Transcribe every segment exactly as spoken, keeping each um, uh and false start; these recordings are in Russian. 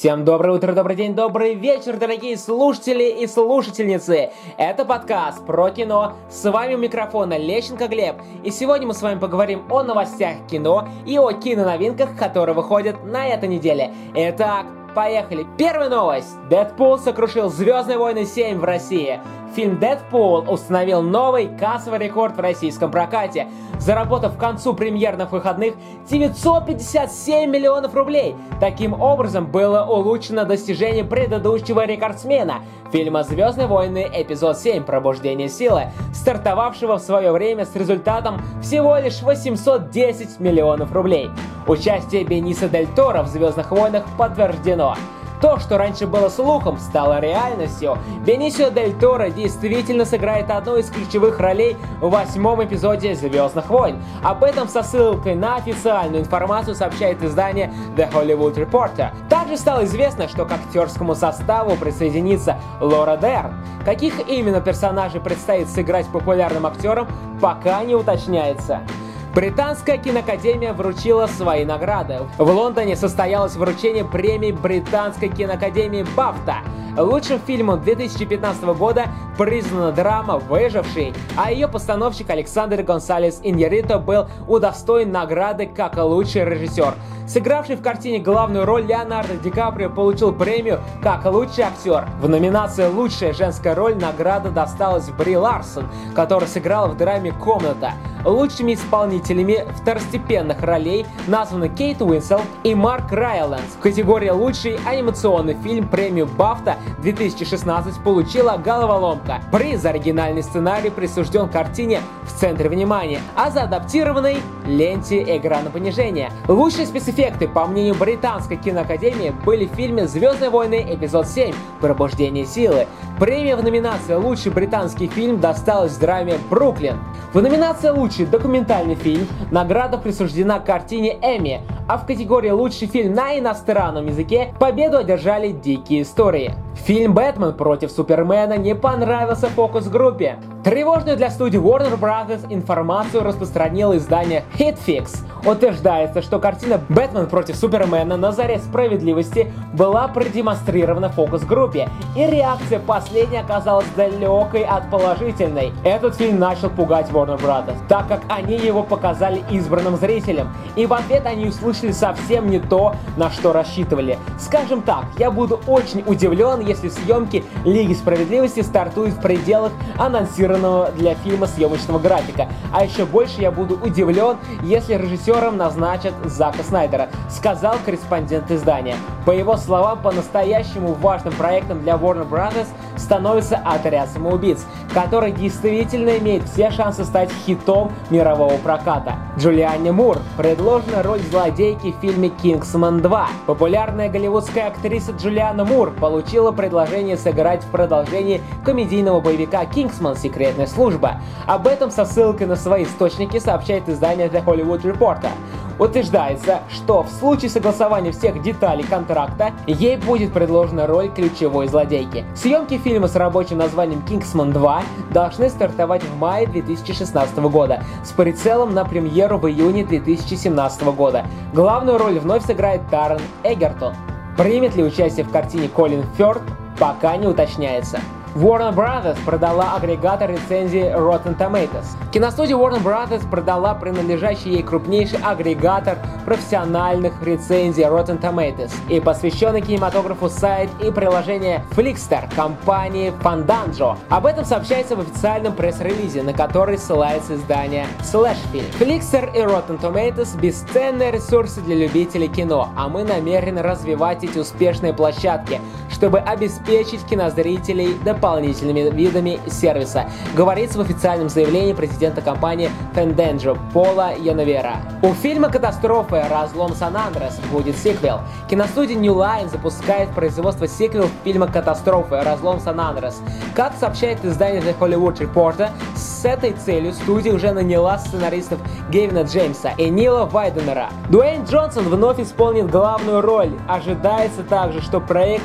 Всем доброе утро, добрый день, добрый вечер, дорогие слушатели и слушательницы. Это подкаст про кино. С вами у микрофона Лещенко Глеб. И сегодня мы с вами поговорим о новостях кино и о киноновинках, которые выходят на этой неделе. Итак, поехали. Первая новость. Дэдпул сокрушил «Звездные войны семь» в России. Фильм «Дэдпул» установил новый кассовый рекорд в российском прокате, заработав к концу премьерных выходных девятьсот пятьдесят семь миллионов рублей. Таким образом, было улучшено достижение предыдущего рекордсмена — фильма «Звездные войны. Эпизод семь. Пробуждение силы», стартовавшего в свое время с результатом всего лишь восемьсот десять миллионов рублей. Участие Бениса Дель Торо в «Звездных войнах» подтверждено. То, что раньше было слухом, стало реальностью. Бенисио Дель Торо действительно сыграет одну из ключевых ролей в восьмом эпизоде «Звездных войн». Об этом со ссылкой на официальную информацию сообщает издание The Hollywood Reporter. Также стало известно, что к актерскому составу присоединится Лора Дерн. Каких именно персонажей предстоит сыграть популярным актерам, пока не уточняется. Британская киноакадемия вручила свои награды. В Лондоне состоялось вручение премии Британской киноакадемии «Бафта». Лучшим фильмом две тысячи пятнадцатого года признана драма «Выживший», а ее постановщик Александр Гонсалес Иньярриту был удостоен награды как лучший режиссер. Сыгравший в картине главную роль Леонардо Ди Каприо получил премию как лучший актер. В номинации «Лучшая женская роль» награда досталась Бри Ларсон, которая сыграла в драме «Комната». Лучшими исполнителями второстепенных ролей названы Кейт Уинслет и Марк Райландс. В категории «Лучший анимационный фильм» премию «Бафта» две тысячи шестнадцать получила «Головоломка». Приз за оригинальный сценарий присужден картине «В центре внимания», а за адаптированной ленте «Игра на понижение». Лучшие спецэффекты, по мнению Британской киноакадемии, были в фильме «Звездные войны. Эпизод семь. Пробуждение силы». Премия в номинации «Лучший британский фильм» досталась драме «Бруклин». В номинации «Лучший документальный фильм» награда присуждена картине «Эмми», а в категории «Лучший фильм на иностранном языке» победу одержали «Дикие истории». Фильм «Бэтмен против Супермена» не понравился фокус-группе. Тревожную для студии Warner Brothers информацию распространило издание Hitfix. Утверждается, что картина «Бэтмен против Супермена. На заре справедливости» была продемонстрирована фокус-группе, и реакция последней оказалась далекой от положительной. Этот фильм начал пугать Warner Brothers, так как они его показали избранным зрителям, и в ответ они услышали совсем не то, на что рассчитывали. Скажем так, я буду очень удивлен, если съемки Лиги Справедливости стартуют в пределах анонсированного для фильма съемочного графика, а еще больше я буду удивлен, если режиссером назначат Зака Снайдера, сказал корреспондент издания. По его словам, по-настоящему важным проектом для Warner Brothers становится «Отряд самоубийц», который действительно имеет все шансы стать хитом мирового проката. Джулианне Мур предложена роль злодейки в фильме «Кингсман два». Популярная голливудская актриса Джулианна Мур получила предложение сыграть в продолжении комедийного боевика «Кингсман. Секретная служба». Об этом со ссылкой на свои источники сообщает издание The Hollywood Reporter. Утверждается, что в случае согласования всех деталей контракта ей будет предложена роль ключевой злодейки. Съемки фильма с рабочим названием «Кингсман два» должны стартовать в мае две тысячи шестнадцатого года с прицелом на премьеру в июне две тысячи семнадцатого года. Главную роль вновь сыграет Таран Эгертон. Примет ли участие в картине Колин Фёрд, пока не уточняется. Warner Brothers продала агрегатор рецензий Rotten Tomatoes. Киностудия Warner Brothers продала принадлежащий ей крупнейший агрегатор профессиональных рецензий Rotten Tomatoes и посвященный кинематографу сайт и приложение Flixster компании Fandango. Об этом сообщается в официальном пресс-релизе, на который ссылается издание Slashfilm. Flixster и Rotten Tomatoes — бесценные ресурсы для любителей кино, а мы намерены развивать эти успешные площадки, чтобы обеспечить кинозрителей дополнительными видами сервиса, говорится в официальном заявлении президента компании Fandango Пола Яновера. У фильма «Катастрофа. Разлом Сан-Андреас» будет сиквел. Киностудия New Line запускает производство сиквела фильма «Катастрофа. Разлом Сан-Андреас». Как сообщает издание The Hollywood Reporter, с этой целью студия уже наняла сценаристов Гевина Джеймса и Нила Вайденера. Дуэйн Джонсон вновь исполнит главную роль. Ожидается также, что проект вернулся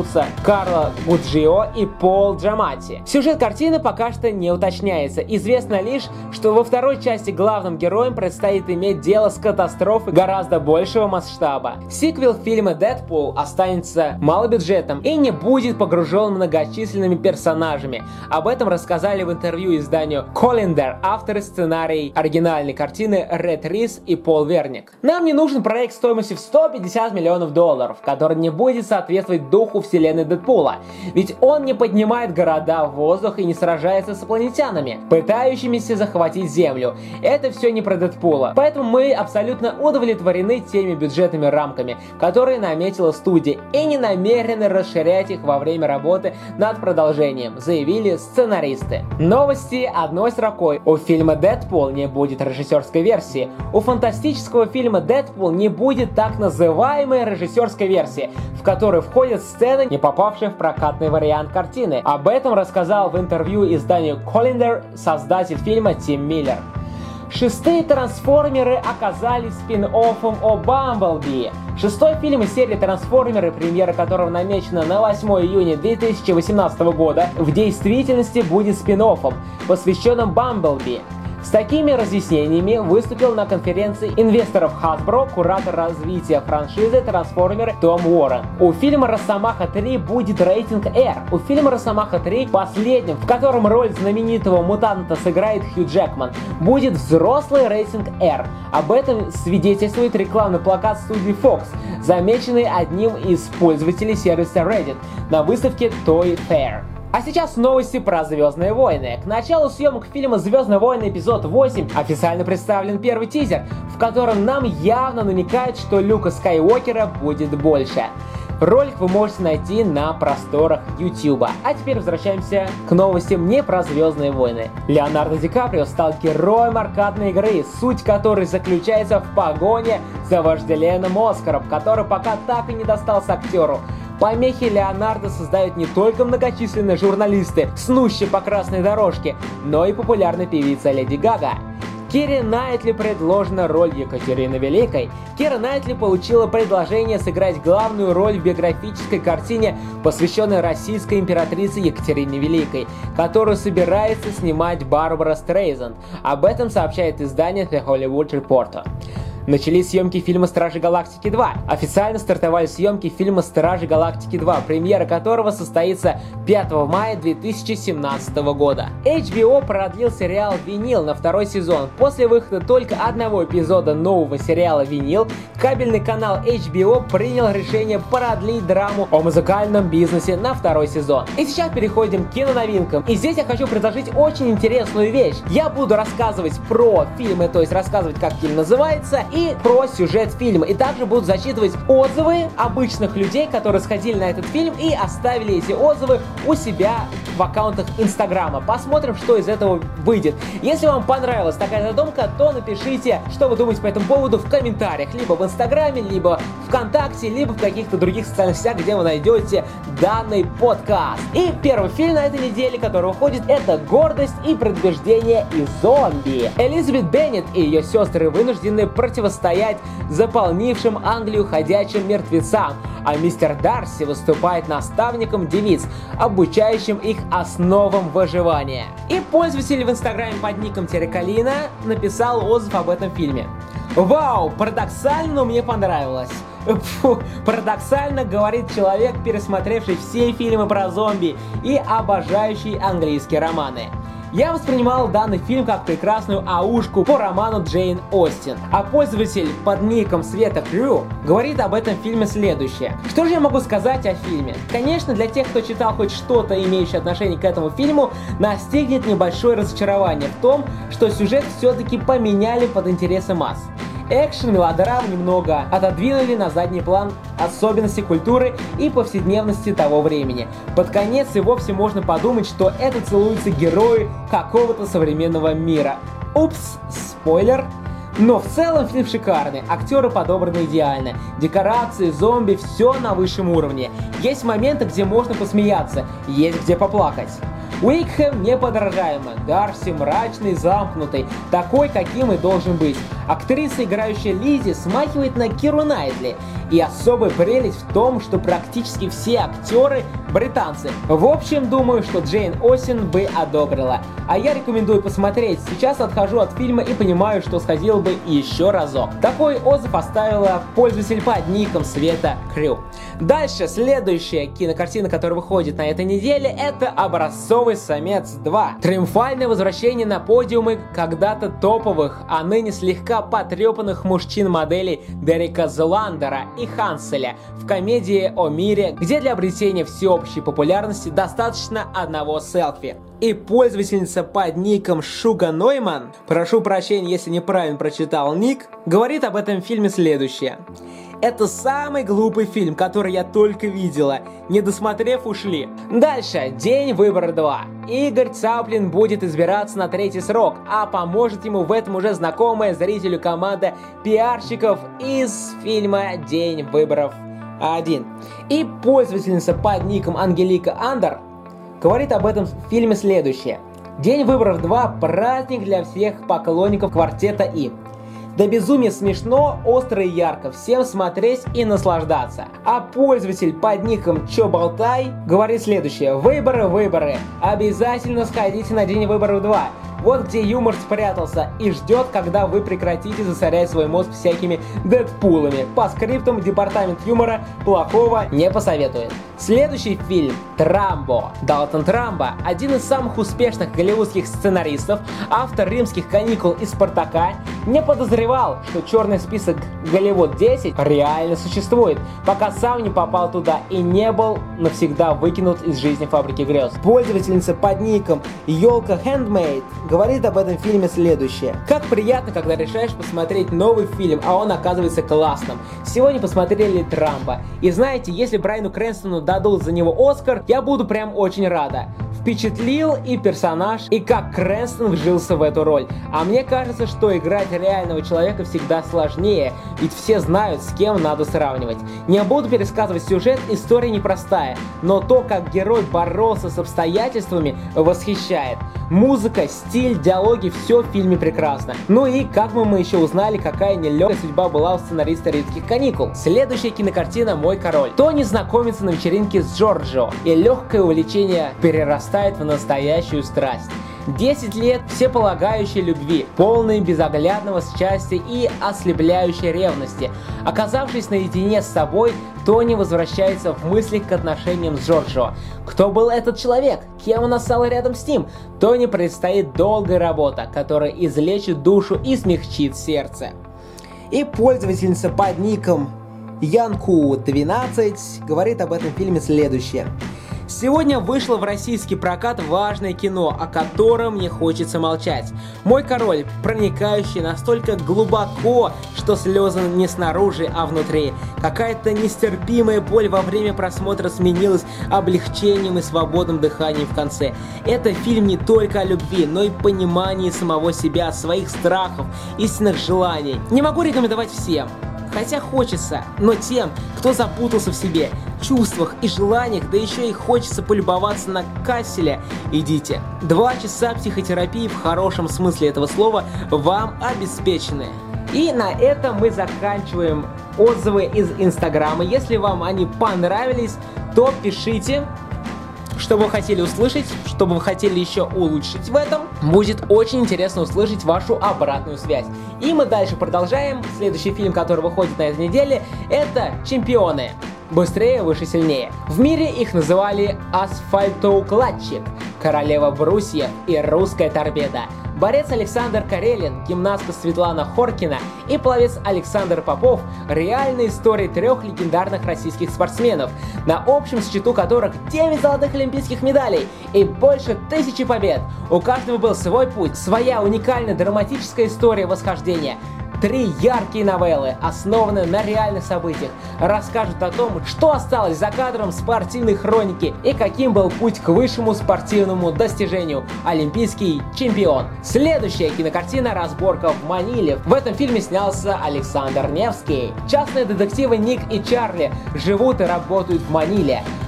вернутся Карло Гуджио и Пол Джаматти. Сюжет картины пока что не уточняется. Известно лишь, что во второй части главным героям предстоит иметь дело с катастрофой гораздо большего масштаба. Сиквел фильма «Дэдпул» останется малобюджетным и не будет погружен многочисленными персонажами. Об этом рассказали в интервью изданию Collider авторы сценария оригинальной картины Ред Рис и Пол Верник. Нам не нужен проект стоимостью в сто пятьдесят миллионов долларов, который не будет соответствовать духу вселенной Дэдпула, ведь он не поднимает города в воздух и не сражается с инопланетянами, пытающимися захватить Землю. Это все не про Дэдпула, поэтому мы абсолютно удовлетворены теми бюджетными рамками, которые наметила студия, и не намерены расширять их во время работы над продолжением, заявили сценаристы. Новости одной строкой. У фильма «Дэдпул» не будет режиссерской версии. У фантастического фильма «Дэдпул» не будет так называемой режиссерской версии, в которой входят сцены, не попавшие в прокатный вариант картины. Об этом рассказал в интервью изданию Collider создатель фильма Тим Миллер. Шестые трансформеры оказались спин-оффом о Бамблби. Шестой фильм из серии «Трансформеры», премьера которого намечена на восьмое июня две тысячи восемнадцатого года, в действительности будет спин-оффом, посвященным Бамблби. С такими разъяснениями выступил на конференции инвесторов Hasbro куратор развития франшизы «Трансформеры» Том Уоррен. У фильма «Росомаха три» будет рейтинг R. У фильма «Росомаха три», последним, в котором роль знаменитого мутанта сыграет Хью Джекман, будет взрослый рейтинг R. Об этом свидетельствует рекламный плакат студии Fox, замеченный одним из пользователей сервиса Reddit на выставке Toy Fair. А сейчас новости про «Звездные войны». К началу съемок фильма «Звездные войны. Эпизод восемь» официально представлен первый тизер, в котором нам явно намекают, что Люка Скайуокера будет больше. Ролик вы можете найти на просторах Ютуба. А теперь возвращаемся к новостям не про «Звездные войны». Леонардо Ди Каприо стал героем аркадной игры, суть которой заключается в погоне за вожделенным Оскаром, который пока так и не достался актеру. Помехи Леонардо создают не только многочисленные журналисты, снущие по красной дорожке, но и популярная певица Леди Гага. Кире Найтли предложена роль Екатерины Великой. Кира Найтли получила предложение сыграть главную роль в биографической картине, посвященной российской императрице Екатерине Великой, которую собирается снимать Барбара Стрейзанд. Об этом сообщает издание The Hollywood Reporter. Начались съемки фильма «Стражи Галактики два». Официально стартовали съемки фильма «Стражи Галактики два», премьера которого состоится пятого мая две тысячи семнадцатого года. эйч би о продлил сериал «Винил» на второй сезон. После выхода только одного эпизода нового сериала «Винил», кабельный канал эйч би о принял решение продлить драму о музыкальном бизнесе на второй сезон. И сейчас переходим к киноновинкам. И здесь я хочу предложить очень интересную вещь. Я буду рассказывать про фильмы, то есть рассказывать, как фильм называется, и про сюжет фильма. И также будут зачитывать отзывы обычных людей, которые сходили на этот фильм и оставили эти отзывы у себя в аккаунтах Инстаграма. Посмотрим, что из этого выйдет. Если вам понравилась такая задумка, то напишите, что вы думаете по этому поводу в комментариях, либо в Инстаграме, либо ВКонтакте, либо в каких-то других социальных сетях, где вы найдете данный подкаст. И первый фильм на этой неделе, который выходит, это «Гордость и предубеждение и зомби». Элизабет Беннет и ее сестры вынуждены противостоять заполнившим Англию ходячим мертвецам, а мистер Дарси выступает наставником девиц, обучающим их основам выживания. И пользователь в Инстаграме под ником Терекалина написал отзыв об этом фильме. Вау, парадоксально, но мне понравилось. Фу, парадоксально, говорит человек, пересмотревший все фильмы про зомби и обожающий английские романы. Я воспринимал данный фильм как прекрасную аушку по роману Джейн Остин. А пользователь под ником Света Крю говорит об этом фильме следующее. Что же я могу сказать о фильме? Конечно, для тех, кто читал хоть что-то, имеющее отношение к этому фильму, настигнет небольшое разочарование в том, что сюжет все-таки поменяли под интересы масс. Экшен, мелодрам немного отодвинули на задний план особенности культуры и повседневности того времени. Под конец и вовсе можно подумать, что это целуются герои какого-то современного мира. Упс, спойлер. Но в целом фильм шикарный, актеры подобраны идеально, декорации, зомби, все на высшем уровне. Есть моменты, где можно посмеяться, есть где поплакать. Уикхэм неподражаемо, Дарси мрачный, замкнутый, такой, каким и должен быть. Актриса, играющая Лиззи, смахивает на Киру Найтли. И особая прелесть в том, что практически все актеры британцы. В общем, думаю, что Джейн Остин бы одобрила. А я рекомендую посмотреть. Сейчас отхожу от фильма и понимаю, что сходил бы еще разок. Такой отзыв оставила пользователь под ником Света Крю. Дальше, следующая кинокартина, которая выходит на этой неделе, это «Образцовый самец два». Триумфальное возвращение на подиумы когда-то топовых, а ныне слегка потрепанных мужчин-моделей Дерека Зеландера и Ханселя в комедии о мире, где для обретения всеобщей популярности достаточно одного селфи. И пользовательница под ником Шуга Нойман, прошу прощения, если неправильно прочитал ник, говорит об этом фильме следующее. Это самый глупый фильм, который я только видела. Не досмотрев, ушли. Дальше. День выбора два. Игорь Цаплин будет избираться на третий срок, а поможет ему в этом уже знакомая зрителю команда пиарщиков из фильма «День выборов один». И пользовательница под ником Ангелика Андер говорит об этом фильме следующее. День выборов два – праздник для всех поклонников квартета И. Да безумие смешно, остро и ярко, всем смотреть и наслаждаться. А пользователь под ником Чо Болтай говорит следующее. Выборы, выборы. Обязательно сходите на День выборов два. Вот где юмор спрятался и ждет, когда вы прекратите засорять свой мозг всякими дэдпулами. По скриптам департамент юмора плохого не посоветует. Следующий фильм «Трамбо». Далтон Трамбо, один из самых успешных голливудских сценаристов, автор «Римских каникул» и «Спартака», не подозревал, что черный список Голливуд десять реально существует, пока сам не попал туда и не был навсегда выкинут из жизни фабрики грез. Пользовательница под ником Ёлка Handmade говорит об этом фильме следующее. Как приятно, когда решаешь посмотреть новый фильм, а он оказывается классным. Сегодня посмотрели «Трамбо». И знаете, если Брайану Крэнстону дадут за него Оскар, я буду прям очень рада. Впечатлил и персонаж, и как Крэнстон вжился в эту роль. А мне кажется, что играть реального человека всегда сложнее, ведь все знают, с кем надо сравнивать. Не буду пересказывать сюжет, история непростая, но то, как герой боролся с обстоятельствами, восхищает. Музыка, стиль, диалоги, все в фильме прекрасно. Ну и, как мы, мы еще узнали, какая нелегкая судьба была у сценариста «Римских каникул». Следующая кинокартина «Мой король». Тони знакомится на вечеринке с Джорджио, и легкое увлечение перерастает в настоящую страсть. десять лет всеполагающей любви, полной безоглядного счастья и ослепляющей ревности. Оказавшись наедине с собой, Тони возвращается в мыслях к отношениям с Джорджио. Кто был этот человек? Кем он стал рядом с ним? Тони предстоит долгая работа, которая излечит душу и смягчит сердце. И пользовательница под ником Янку двенадцать говорит об этом фильме следующее. Сегодня вышло в российский прокат важное кино, о котором не хочется молчать. «Мой король», проникающий настолько глубоко, что слезы не снаружи, а внутри. Какая-то нестерпимая боль во время просмотра сменилась облегчением и свободным дыханием в конце. Это фильм не только о любви, но и понимании самого себя, своих страхов, истинных желаний. Не могу рекомендовать всем. Хотя хочется, но тем, кто запутался в себе, чувствах и желаниях, да еще и хочется полюбоваться на Касселя, идите. Два часа психотерапии в хорошем смысле этого слова вам обеспечены. И на этом мы заканчиваем отзывы из Инстаграма. Если вам они понравились, то пишите, что вы хотели услышать, что вы хотели еще улучшить в этом. Будет очень интересно услышать вашу обратную связь. И мы дальше продолжаем. Следующий фильм, который выходит на этой неделе, это «Чемпионы». Быстрее, выше, сильнее. В мире их называли асфальтоукладчик, королева брусьев и русская торпеда. Борец Александр Карелин, гимнастка Светлана Хоркина и пловец Александр Попов – реальные истории трех легендарных российских спортсменов, на общем счету которых девять золотых олимпийских медалей и больше тысячи побед. У каждого был свой путь, своя уникальная драматическая история восхождения. Три яркие новеллы, основанные на реальных событиях, расскажут о том, что осталось за кадром спортивной хроники и каким был путь к высшему спортивному достижению – олимпийский чемпион. Следующая кинокартина «Разборка в Маниле». В этом фильме снялся Александр Невский. Частные детективы Ник и Чарли живут и работают в Маниле.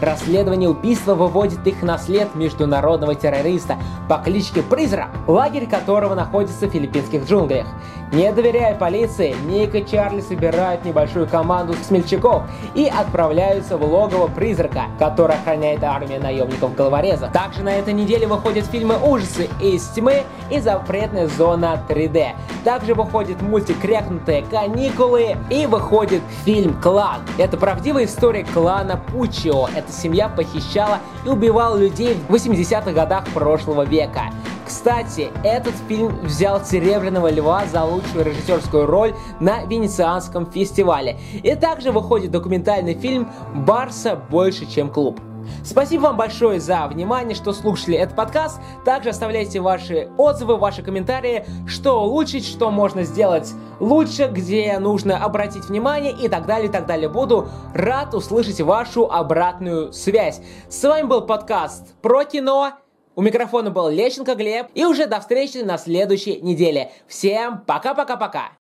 расследование убийства выводит их на след международного террориста по кличке Призрак, лагерь которого находится в филиппинских джунглях. Не доверяя полиции, Ник и Чарли собирают небольшую команду смельчаков и отправляются в логово Призрака, который охраняет армия наемников-головорезов. Также на этой неделе выходят фильмы ужасы «Из тьмы» и «Запретная зона три дэ». Также выходит мультик «Крякнутые каникулы» и выходит фильм «Клан». Это правдивая история клана Пуччио. Эта семья похищала и убивала людей в восьмидесятых годах прошлого века. Кстати, этот фильм взял Серебряного льва за лучшую режиссерскую роль на Венецианском фестивале. И также выходит документальный фильм «Барса больше, чем клуб». Спасибо вам большое за внимание, что слушали этот подкаст. Также оставляйте ваши отзывы, ваши комментарии, что улучшить, что можно сделать лучше, где нужно обратить внимание и так далее, и так далее. Буду рад услышать вашу обратную связь. С вами был подкаст про кино. У микрофона был Лещенко Глеб. И уже до встречи на следующей неделе. Всем пока-пока-пока.